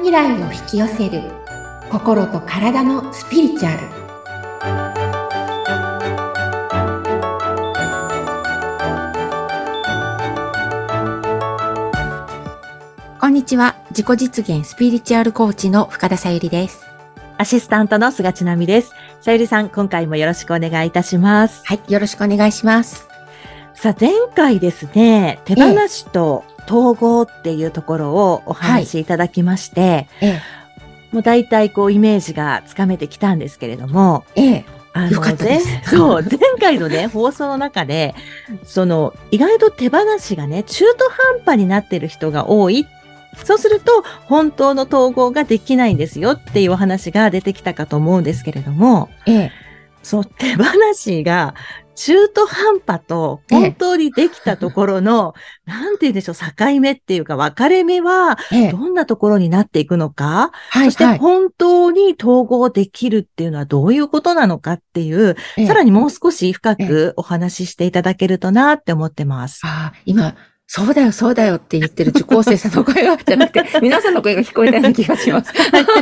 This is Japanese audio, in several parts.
未来を引き寄せる心と体のスピリチュアル。こんにちは。自己実現スピリチュアルコーチの深田さゆりです。 アシスタントの菅千奈美です。さゆりさん、今回もよろしくお願いいたします。 はい、よろしくお願いします。 さあ、前回ですね、手放しと統合っていうところをお話しいただきまして、もう大体こうイメージがつかめてきたんですけれども、 よかったです。 前回のね、放送の中で、意外と手放しがね、中途半端になってる人が多い。そうすると、本当の統合ができないんですよっていうお話が出てきたかと思うんですけれども、そう、手放しが中途半端と本当にできたところの、なんて言うんでしょう、境目っていうか分かれ目は、どんなところになっていくのか、そして本当に統合できるっていうのはどういうことなのかっていう、さらにもう少し深くお話ししていただけるとなって思ってます。 今、そうだよ、そうだよって言ってる受講生さんの声が、じゃなくて、皆さんの声が聞こえたような気がします。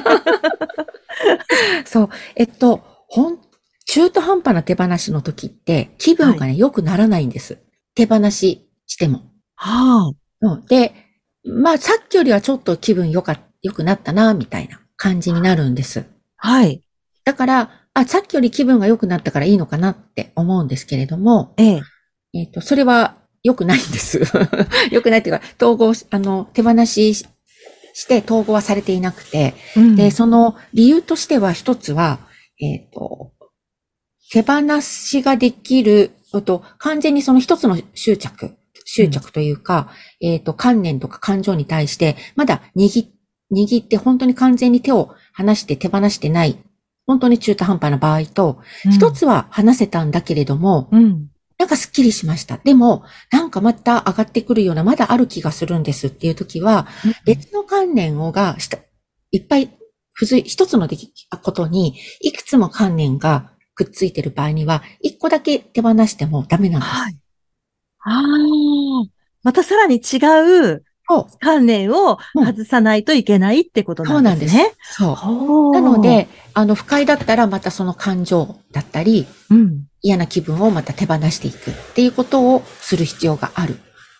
そう、中途半端な手放しの時って、気分がね、良くならないんです。手放ししても。で、さっきよりはちょっと気分良くなったな、みたいな感じになるんです。だから、さっきより気分が良くなったからいいのかなって思うんですけれども、それは良くないんです。良くないっていうか、統合、手放しして統合はされていなくて、で、その理由としては一つは、手放しができる、完全にその一つの執着というか、観念とか感情に対して、まだ握って本当に完全に手を離して手放してない、本当に中途半端な場合と、一つは離せたんだけれども、なんかスッキリしました。でも、なんかまた上がってくるような、まだある気がするんですっていう時は、別の観念がいっぱい一つのことに、いくつも観念がくっついてる場合には、一個だけ手放してもダメなんです。 またさらに違う観念を外さないといけないってことなんですね。 そう。なので、不快だったらまたその感情だったり、嫌な気分をまた手放していくっていうことをする必要がある。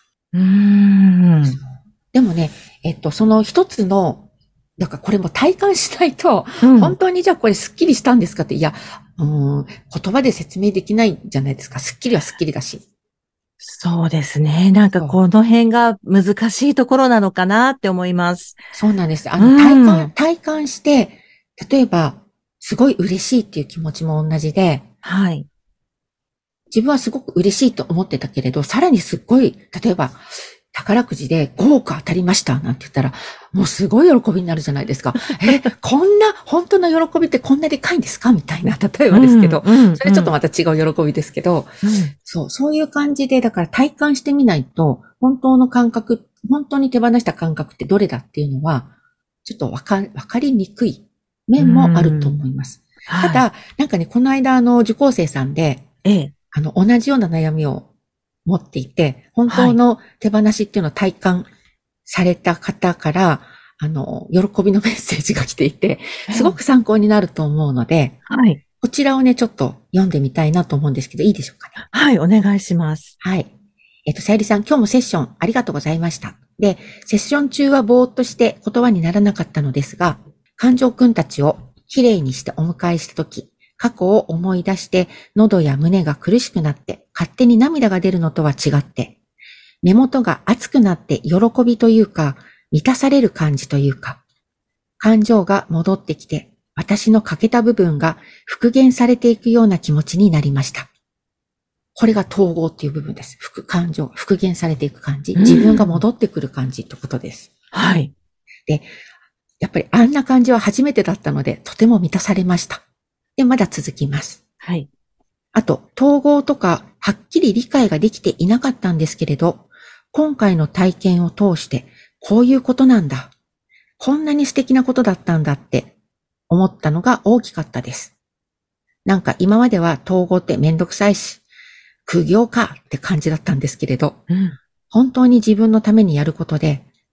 でもね、その一つの、だからこれも体感しないと、本当にじゃあこれスッキリしたんですかって、いや、言葉で説明できないじゃないですか。スッキリはスッキリだし。 そうですね。なんかこの辺が難しいところなのかなって思います。 そうなんです。体感して、例えば、すごい嬉しいっていう気持ちも同じで、自分はすごく嬉しいと思ってたけれど、さらにすっごい、例えば、宝くじで5億当たりましたなんて言ったら、もうすごい喜びになるじゃないですか。こんな、本当の喜びってこんなでかいんですかみたいな、例えばですけど、それちょっとまた違う喜びですけど、そういう感じで、だから体感してみないと、本当の感覚、本当に手放した感覚ってどれだっていうのは、ちょっとわかりにくい面もあると思います。ただ、なんかね、この間受講生さんで、同じような悩みを持っていて、本当の手放しっていうのを体感された方から、喜びのメッセージが来ていて、すごく参考になると思うので、こちらをね、ちょっと読んでみたいなと思うんですけど、いいでしょうかね。 はい、お願いします。 さゆりさん、今日もセッションありがとうございました。で、セッション中はぼーっとして言葉にならなかったのですが、感情くんたちをきれいにしてお迎えしたとき、過去を思い出して喉や胸が苦しくなって勝手に涙が出るのとは違って、目元が熱くなって喜びというか満たされる感じというか、感情が戻ってきて私の欠けた部分が復元されていくような気持ちになりました。これが統合っていう部分です。感情が復元されていく感じ。自分が戻ってくる感じってことです。で、やっぱりあんな感じは初めてだったのでとても満たされました。で、まだ続きます。あと、統合とか、はっきり理解ができていなかったんですけれど、今回の体験を通して、こういうことなんだ。こんなに素敵なことだったんだって思ったのが大きかったです。なんか今までは統合ってめんどくさいし、苦行かって感じだったんですけれど、本当に自分のためにやることで、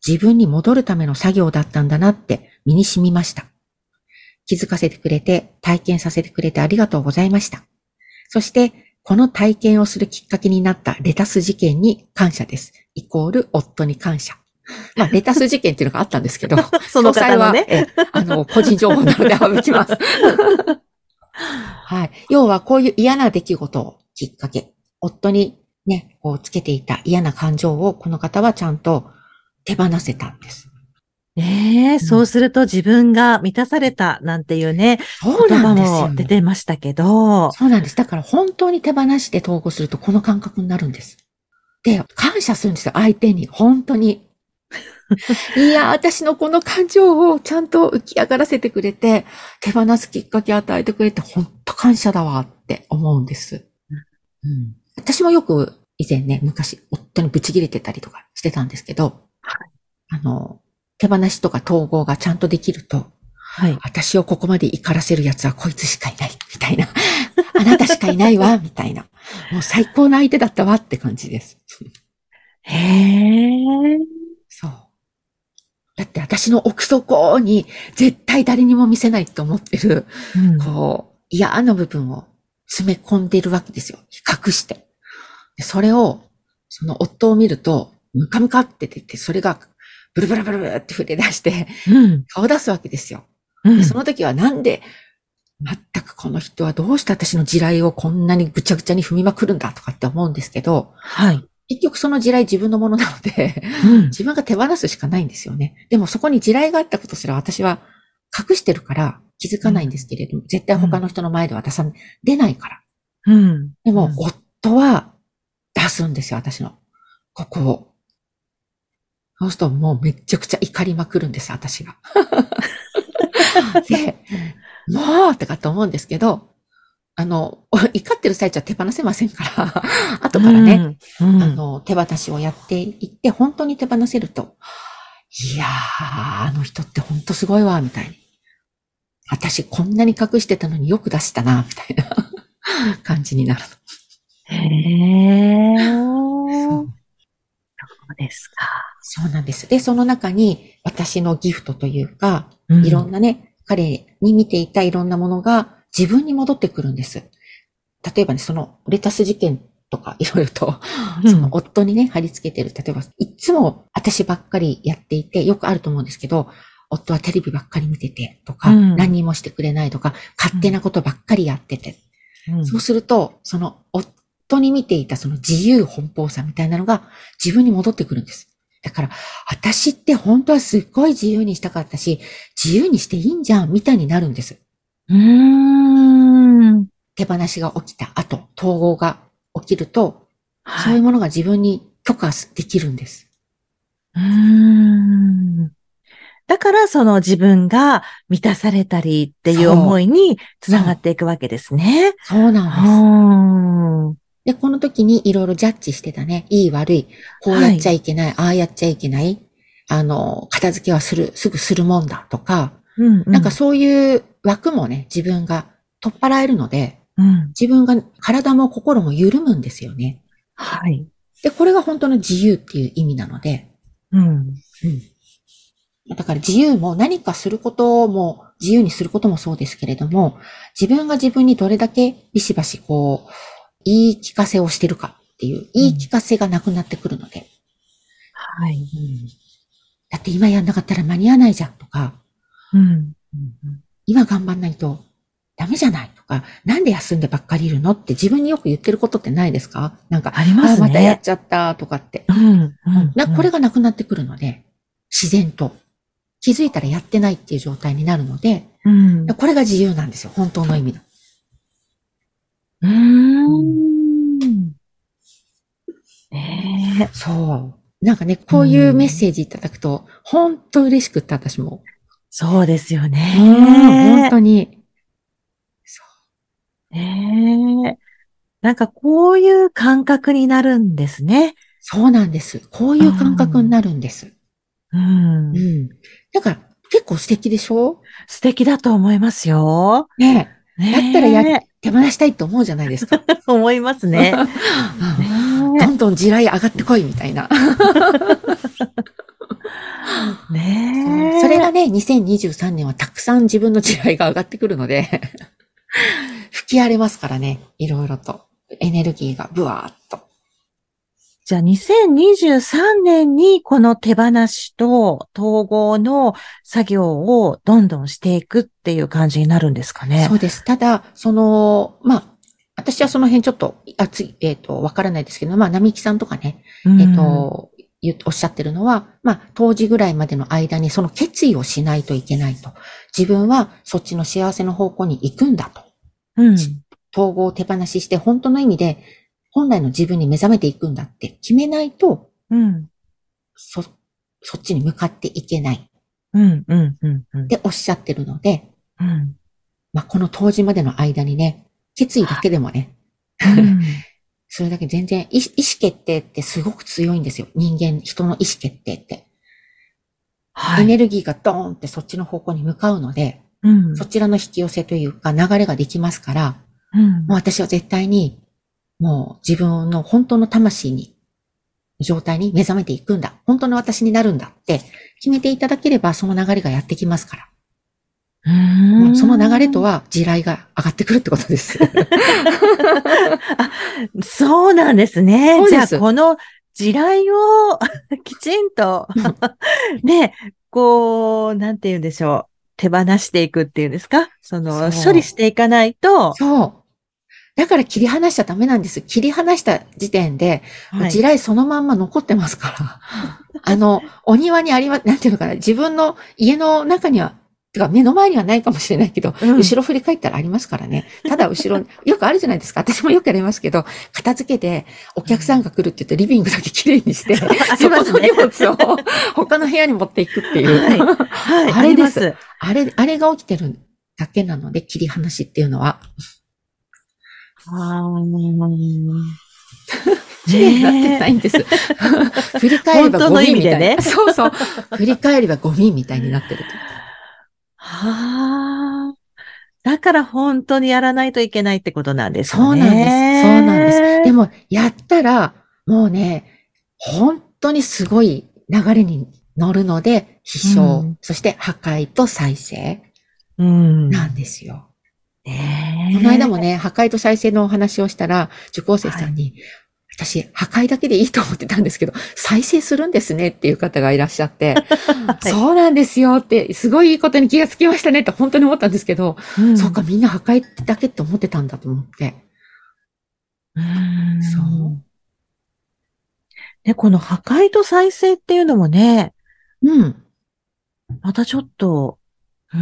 自分に戻るための作業だったんだなって身に染みました。気づかせてくれて、体験させてくれてありがとうございました。そして、この体験をするきっかけになったレタス事件に感謝です。イコール夫に感謝。まあ、レタス事件っていうのがあったんですけど、 その方のね。 個人情報なので省きます。はい。要はこういう嫌な出来事をきっかけ、夫にね、こうつけていた嫌な感情をこの方はちゃんと手放せたんです。 そうすると自分が満たされたなんていうね、 そうなんですよ。 言葉も出てましたけど。 そうなんです。だから本当に手放して統合するとこの感覚になるんです。で、感謝するんですよ、相手に。本当に。いや、私のこの感情をちゃんと浮き上がらせてくれて、手放すきっかけ与えてくれて、本当感謝だわって思うんです。うん、私もよく以前ね、昔、夫にブチ切れてたりとかしてたんですけど、 はい、 手放しとか統合がちゃんとできると、はい、私をここまで怒らせる奴はこいつしかいない、みたいな。あなたしかいないわ、みたいな。もう最高の相手だったわって感じです。 へー。 そう。だって私の奥底に絶対誰にも見せないと思ってる、こう、嫌な部分を詰め込んでるわけですよ。隠して。それを、その夫を見ると、ムカムカって出て、それがブルブルブルブルって触れ出して、顔出すわけですよ。でその時はなんで、全くこの人はどうして私の地雷をこんなにぐちゃぐちゃに踏みまくるんだとかって思うんですけど、はい。結局その地雷自分のものなので、自分が手放すしかないんですよね。でもそこに地雷があったことすら私は隠してるから気づかないんですけれども、絶対他の人の前では出ないから。でも、夫は出すんですよ、私の。ここを。そうするともうめっちゃくちゃ怒りまくるんです、私が。で、もうとかと思うんですけど、怒ってる最中は手放せませんから、後からね、手放しをやっていって、本当に手放せると、いやー、あの人って本当すごいわ、みたいに。私こんなに隠してたのによく出したな、みたいな感じになる。 へー。そうですか。 そうなんです。で、その中に私のギフトというか、いろんなね、彼に見ていたいろんなものが自分に戻ってくるんです。例えばね、そのレタス事件とかいろいろと、その夫にね、貼り付けてる。例えば、いつも私ばっかりやっていて、よくあると思うんですけど、夫はテレビばっかり見ててとか、何にもしてくれないとか、勝手なことばっかりやってて。そうすると、その夫に見ていたその自由奔放さみたいなのが自分に戻ってくるんです。だから、私って本当はすっごい自由にしたかったし、自由にしていいんじゃん、みたいになるんです。手放しが起きた後、統合が起きると、そういうものが自分に許可できるんです。 だからその自分が満たされたりっていう思いにつながっていくわけですね。 そうなんです。で、この時にいろいろジャッジしてたね。いい悪い。こうやっちゃいけない。ああやっちゃいけない。片付けはすぐするもんだとか。なんかそういう枠もね、自分が取っ払えるので、自分が体も心も緩むんですよね。 はい。 で、これが本当の自由っていう意味なので、だから自由も何かすることも、自由にすることもそうですけれども、自分が自分にどれだけビシバシこう、言い聞かせをしてるかっていう、言い聞かせがなくなってくるので。 はい。 だって今やんなかったら間に合わないじゃんとか、今頑張んないとダメじゃないとか、なんで休んでばっかりいるのって自分によく言ってることってないですか？なんか、 ありますね。 またやっちゃったとかって。これがなくなってくるので、自然と。気づいたらやってないっていう状態になるので、これが自由なんですよ。本当の意味の。そう。なんかね、こういうメッセージいただくと、本当嬉しくって私も。 そうですよね。 本当に。 そう。なんかこういう感覚になるんですね。 そうなんです。こういう感覚になるんです。だから結構素敵でしょ？ 素敵だと思いますよ。 ねえ。だったら手放したいと思うじゃないですか。 思いますね。 どんどん地雷上がってこいみたいな。 そう。それがねね、2023年はたくさん自分の地雷が上がってくるので、吹き荒れますからね。いろいろと。エネルギーがブワーっと。 じゃあ2023年にこの手放しと統合の作業をどんどんしていくっていう感じになるんですかね。 そうです。ただ、私はその辺ちょっと、わからないですけど、並木さんとかね、 うん。 おっしゃってるのは、当時ぐらいまでの間にその決意をしないといけないと。自分はそっちの幸せの方向に行くんだと。 うん。 統合を手放しして、本当の意味で、本来の自分に目覚めていくんだって決めないと、 うん。 そ、そっちに向かっていけないっうん。うん。うん。うん。 ておっしゃってるので、 うん。 この当時までの間にね、決意だけでもね、 うん。 それだけ全然意思決定ってすごく強いんですよ。人の意思決定って。エネはい。 ルギーがドーンってそっちの方向に向かうので、 うん。 そちらの引き寄せというか流れができますから、 うん。 もう私は絶対に、もう自分の本当の魂に、状態に目覚めていくんだ。本当の私になるんだって決めていただければその流れがやってきますから。 うーもうその流れとん。 は地雷が上がってくるってことです。 あ、そうなんですね。じゃあ、 そうです。 この地雷をきちんとね、なんて言うんでしょう。手放していくっていうんですか？処理しそう。 ていかないと、 そう。だから切り離しちゃダメなんです。切り離した時点で、もうはい。 地雷そのまんま残ってますから。お庭にありま、なんていうのかな、自分の家の中には、てか目の前にはないかもしれないけど、 うん。 後ろ振り返ったらありますからね。ただ後ろ、よくあるじゃないですか。私もよくやりますけど、片付けて、お客さんが来るって言ってリビングだけ綺麗にして、 ありそこの荷ますね。 物を他の部屋に持っていくっていう。 はい。はい、 ああれです。 ります。 あれが起きてるだけなので、切り離しっていうのは。 あー綺麗になってねえ。 ないんです。振り返ればゴ本当の意ミみたいな。 味でね。 そうそう。振り返ればゴミみたいになってると。 はあ。だから本当にやらないといけないってことなんですよそうなんです。そうなんです。でね。 も、やったら、もうね、本当にすごい流れに乗るので、飛う翔、 ん。 そして破壊と再生うなんん。 ですよ。この間ねえ。 もね、破壊と再生のお話をしたら、受講生はい。 さんに、私、破壊だけでいいと思ってたんですけど、再生するんですねっていう方がいらっしゃって、 はい。 そうなんですよって、すごいいいことに気がつきましたねって本当に思ったんですけど、 うん。 そうか、みんな破壊だけって思ってたんだと思って。 うそう。 ん。で、この破壊と再生っていうのもね、 うん。 またちょっと、うん、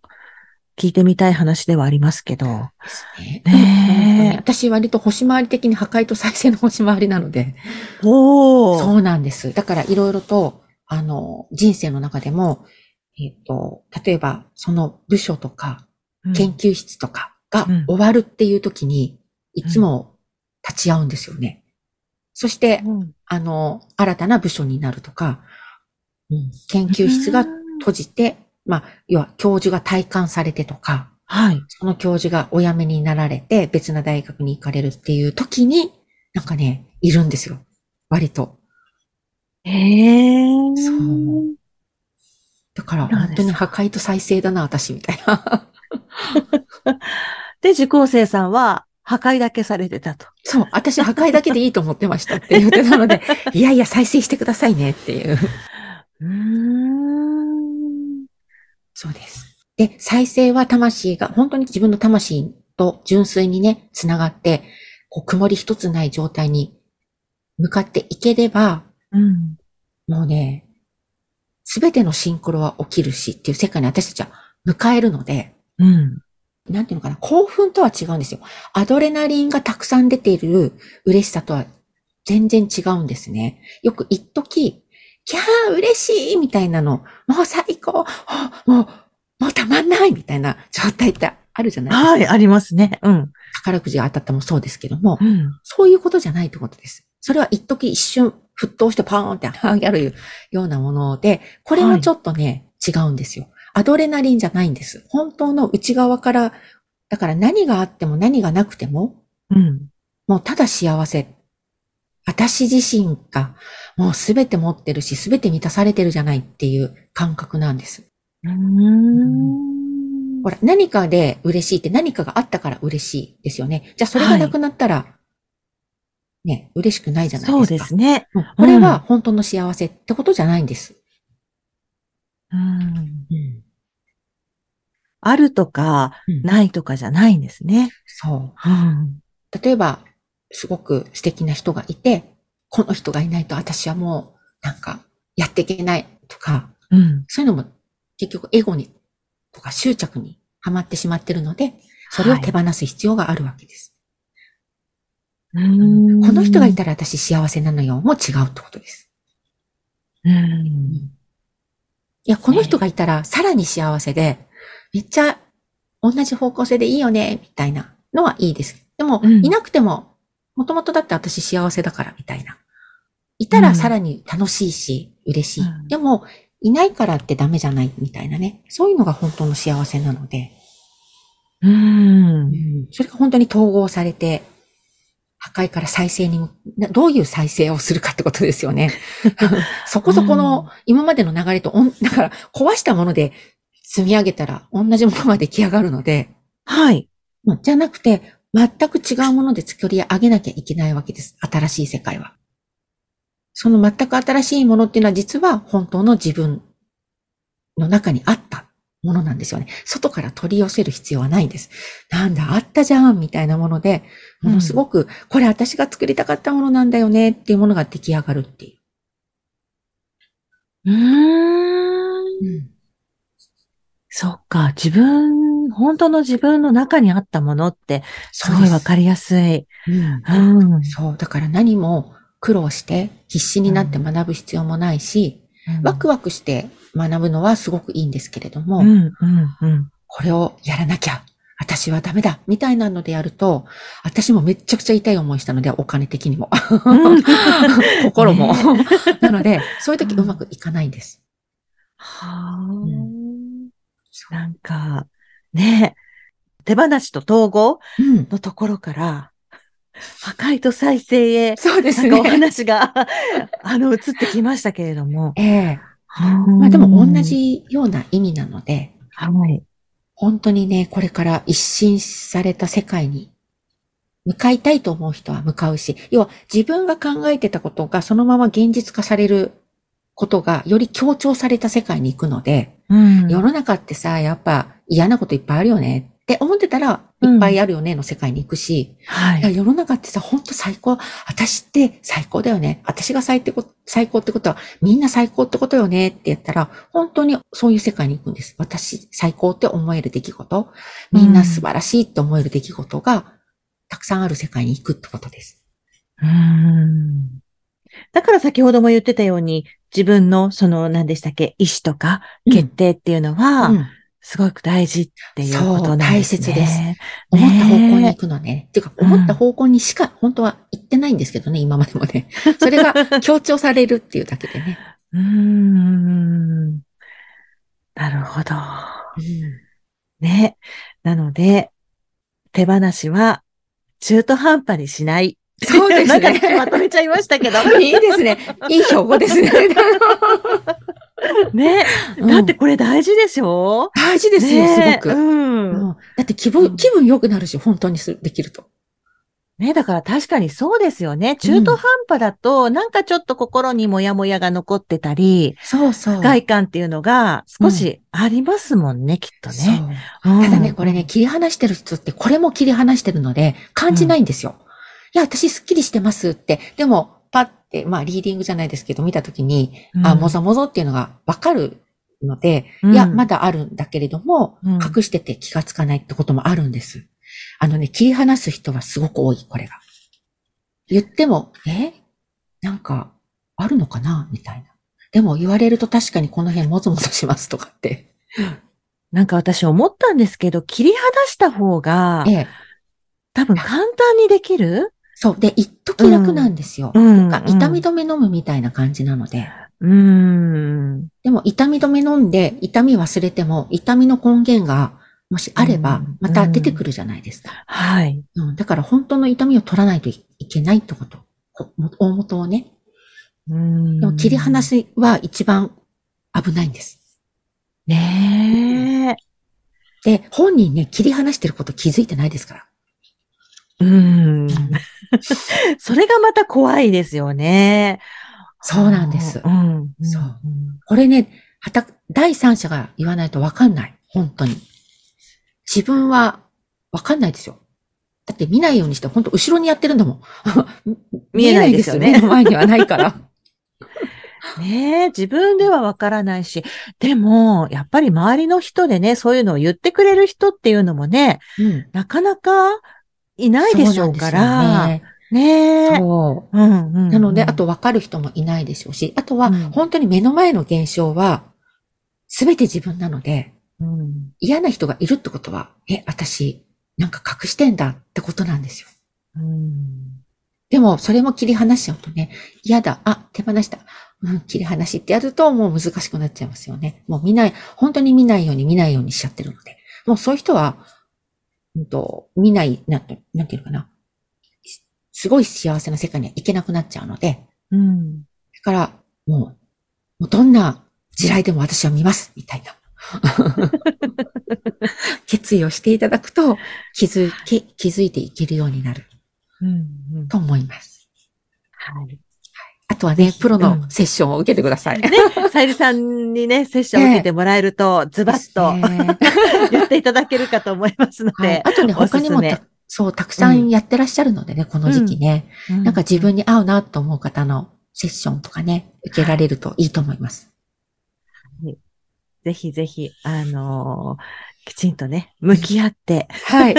聞いてみたい話ではありますけど。 ですね。でも本当に、 ねえ。 私割と星回り的に破壊と再生の星回りなので、 おー。 そうなんです。だからいろいろと、人生の中でも、例えば、その部署とか、 うん。 研究室とかがうん。 終わるっていう時に、いうん。 つも立ち会うんですよね。そして、 うん。 新たな部署になるとか、研う究室がん。 閉じて、要は教授が退官されてとか、 はい。 その教授がお辞めになられて別な大学に行かれるっていう時に、なんかね、いるんですよ。割と。 へえ。 そう。だからなん本当にですか。 破壊と再生だな、私みたいな。 で、受講生さんは破壊だけされてたと。 そう、私破壊だけでいいと思ってましたって言ってたので、いやいや再生してくださいねっていう。 うーん。 そうです。で、再生は魂が、本当に自分の魂と純粋にね、つながって、曇り一つない状態に向かっていければ、 うん。 もうね、すべてのシンクロは起きるしっていう世界に私たちは迎えるので、 うん。 なんていうのかな、興奮とは違うんですよ。アドレナリンがたくさん出ている嬉しさとは全然違うんですね。よく一時、キャー嬉しいみたいなの、もう最高、もうたまんないみたいな状態ってあるじゃないですはい、 か。 ありますね。うん。 宝くじが当たったもそうですけども、 うん。 そういうことじゃないってことです。それは一時一瞬沸騰してパーンって上がるようなもので、これはい。 もちょっとね、違うんですよ。アドレナリンじゃないんです。本当の内側から、だから何があっても何がなくても、 うん。 もうただ幸せ。私自身が、 もうすべて持ってるし、すべて満たされてるじゃないっていう感覚なんです。ほら、何かで嬉しいって何かがあったから嬉しいですよね。じゃあそれがなくなったら、ね、嬉しくないじゃないそうですか。 ですね。 これは本当の幸せってことじゃないんです。 あるとか、ないとかじゃないんですね。 そう。例えば、すごく素敵な人がいて、この人がいないと私はもう、なんか、やっていけないとか、そういうのも結局エゴに、とか執着にはまってしまってるので、それを手放す必要があるわけです。この人がいたら私幸せなのよ、も違うってことです。いや、この人がいたらさらに幸せで、めっちゃ同じ方向性でいいよね、みたいなのはいいです。でも、いなくても、もともとだって私幸せだから、みたいな。いたらさらに楽しいし、嬉しい。でも、いないからってダメじゃない、みたいなね。そういうのが本当の幸せなので。それが本当に統合されて、破壊から再生に、どういう再生をするかってことですよね。そこそこの今までの流れと、だから壊したもので積み上げたら同じものが出来上がるので。 はい。 じゃなくて、全く違うもので作り上げなきゃいけないわけです。新しい世界は。その全く新しいものっていうのは実は本当の自分の中にあったものなんですよね。外から取り寄せる必要はないんです。なんだ、あったじゃんみたいなもので、ものすごく、これ私が作りたかったものなんだよねっていうものが出来上がるっていう。 そっか、本当の自分の中にあったものって、すごいわかりやすい。 そう、だから何も苦労して必死になって学ぶ必要もないし、ワクワクして学ぶのはすごくいいんですけれども、これをやらなきゃ、私はダメだ、みたいなのでやると、私もめちゃくちゃ痛い思いしたので、お金的にも。心も。なので、そういう時うまくいかないんです。 なんか、ね、手放しと統合のところから、破壊と再生へ、 そうですね。 なんかお話が移ってきましたけれども。 まあでも同じような意味なので、本当にね、これから一新された世界に向かいたいと思う人は向かうし、要は自分が考えてたことがそのまま現実化されることがより強調された世界に行くので、世の中ってさ、やっぱ嫌なこといっぱいあるよねって思ってたら、いっぱいあるよねの世界に行くし、いや世の中ってさ、ほんと最高。私って最高だよね。私が最高ってことは、みんな最高ってことよねって言ったら、本当にそういう世界に行くんです。私最高って思える出来事、みんな素晴らしいって思える出来事が、たくさんある世界に行くってことです。 だから先ほども言ってたように、自分の何でしたっけ、意思とか決定っていうのは、すごく大事っていうことなんですね。 そう、大切です。思った方向に行くのね。っていうか、思った方向にしか本当は行ってないんですけどね、今までもね。それが強調されるっていうだけでね。 なるほど。ね。なので、手放しは中途半端にしない。 そうですね。 なんかまとめちゃいましたけど。 いいですね。いい標語ですね。 ね。だってこれ大事でしょ？ 大事ですよ、すごく。だって気分良くなるし、本当にできると。 ね、だから確かにそうですよね。中途半端だと、なんかちょっと心にモヤモヤが残ってたり、不快感っていうのが少しありますもんね、きっとね。 ただね、これね、切り離してる人ってこれも切り離してるので、感じないんですよ。いや、私スッキリしてますって。でも、パッて、まあ、リーディングじゃないですけど、見たときに、もぞもぞっていうのがわかるので、いや、まだあるんだけれども、隠してて気がつかないってこともあるんです。切り離す人はすごく多い、これが。言っても、なんか、あるのかなみたいな。でも言われると確かにこの辺もぞもぞしますとかって。 なんか私思ったんですけど、切り離した方が、多分簡単にできる？ そう。で、一時楽なんですよ。痛み止め飲むみたいな感じなので。でも痛み止め飲んで痛み忘れても痛みの根源がもしあればまた出てくるじゃないですか。だから本当の痛みを取らないといけないってこと。大元をね。 でも切り離しは一番危ないんです。 ねえ。で、本人ね、切り離してること気づいてないですから。 それがまた怖いですよね。 そうなんです。 うん。 そう。これね、第三者が言わないとわかんない。本当に。自分はわかんないですよ。だって見ないようにして、本当後ろにやってるんだもん。 見えないですよね。 目の前にはないから。 ねえ、自分ではわからないし、でも、やっぱり周りの人でね、そういうのを言ってくれる人っていうのもね、なかなかいないでしょうから、ねえ。 そう。なので、あと分かる人もいないでしょうし、あとは本当に目の前の現象は、すべて自分なので、嫌な人がいるってことは、私、なんか隠してんだってことなんですよ。でも、それも切り離しちゃうとね、嫌だ、手放した。切り離しってやるともう難しくなっちゃいますよね。もう本当に見ないようにしちゃってるので。もうそういう人は、見ない、なんていうのかな。すごい幸せな世界には行けなくなっちゃうので。だから、もうどんな地雷でも私は見ます、みたいな。決意をしていただくと、気づいていけるようになる。と思います。 はい。 あとはね、プロのセッションを受けてください。 ね、さゆりさんにね、セッションを受けてもらえると、ズバッと言っていただけるかと思いますので。 あとね、他にもたくさんやってらっしゃるのでね、この時期ね。なんか自分に合うなと思う方のセッションとかね、受けられるといいと思います。 ぜひぜひ、きちんとね、向き合って。 はい。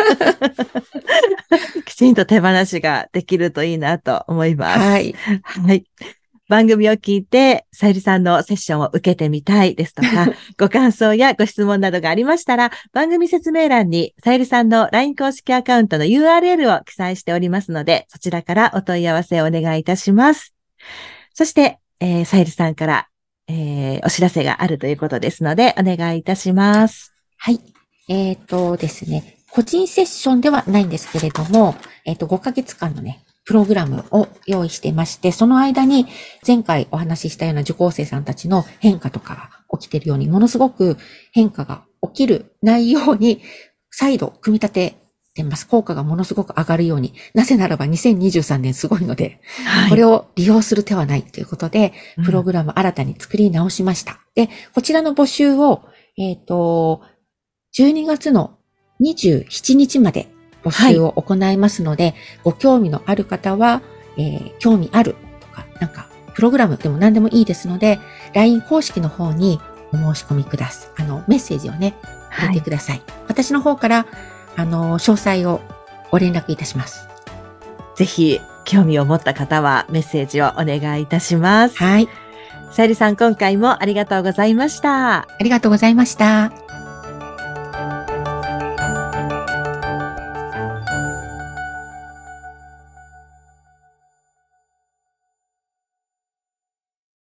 きちんと手放しができるといいなと思います。 はい。 はい。番組を聞いて、さゆりさんのセッションを受けてみたいですとか、ご感想やご質問などがありましたら、番組説明欄にさゆりさんの LINE 公式アカウントの URL を記載しておりますので、そちらからお問い合わせをお願いいたします。そして、さゆりさんから、お知らせがあるということですので、お願いいたします。 はい。ですね、個人セッションではないんですけれども、5ヶ月間のね、プログラムを用意していまして、その間に前回お話ししたような受講生さんたちの変化とかが起きているように、ものすごく変化が起きるないように再度組み立ててます。効果がものすごく上がるように。なぜならば2023年すごいので、これを利用する手はないということで、プログラム新たに作り直しました。で、こちらの募集を、12月の27日まで募集を行いますので、ご興味のある方は、興味あるとか、なんか、プログラムでも何でもいいですので、LINE 公式の方にお申し込みください。メッセージをね、入れてください。私の方から、詳細をご連絡いたします。 ぜひ、興味を持った方はメッセージをお願いいたします。 はい。 さゆりさん、今回もありがとうございました。 ありがとうございました。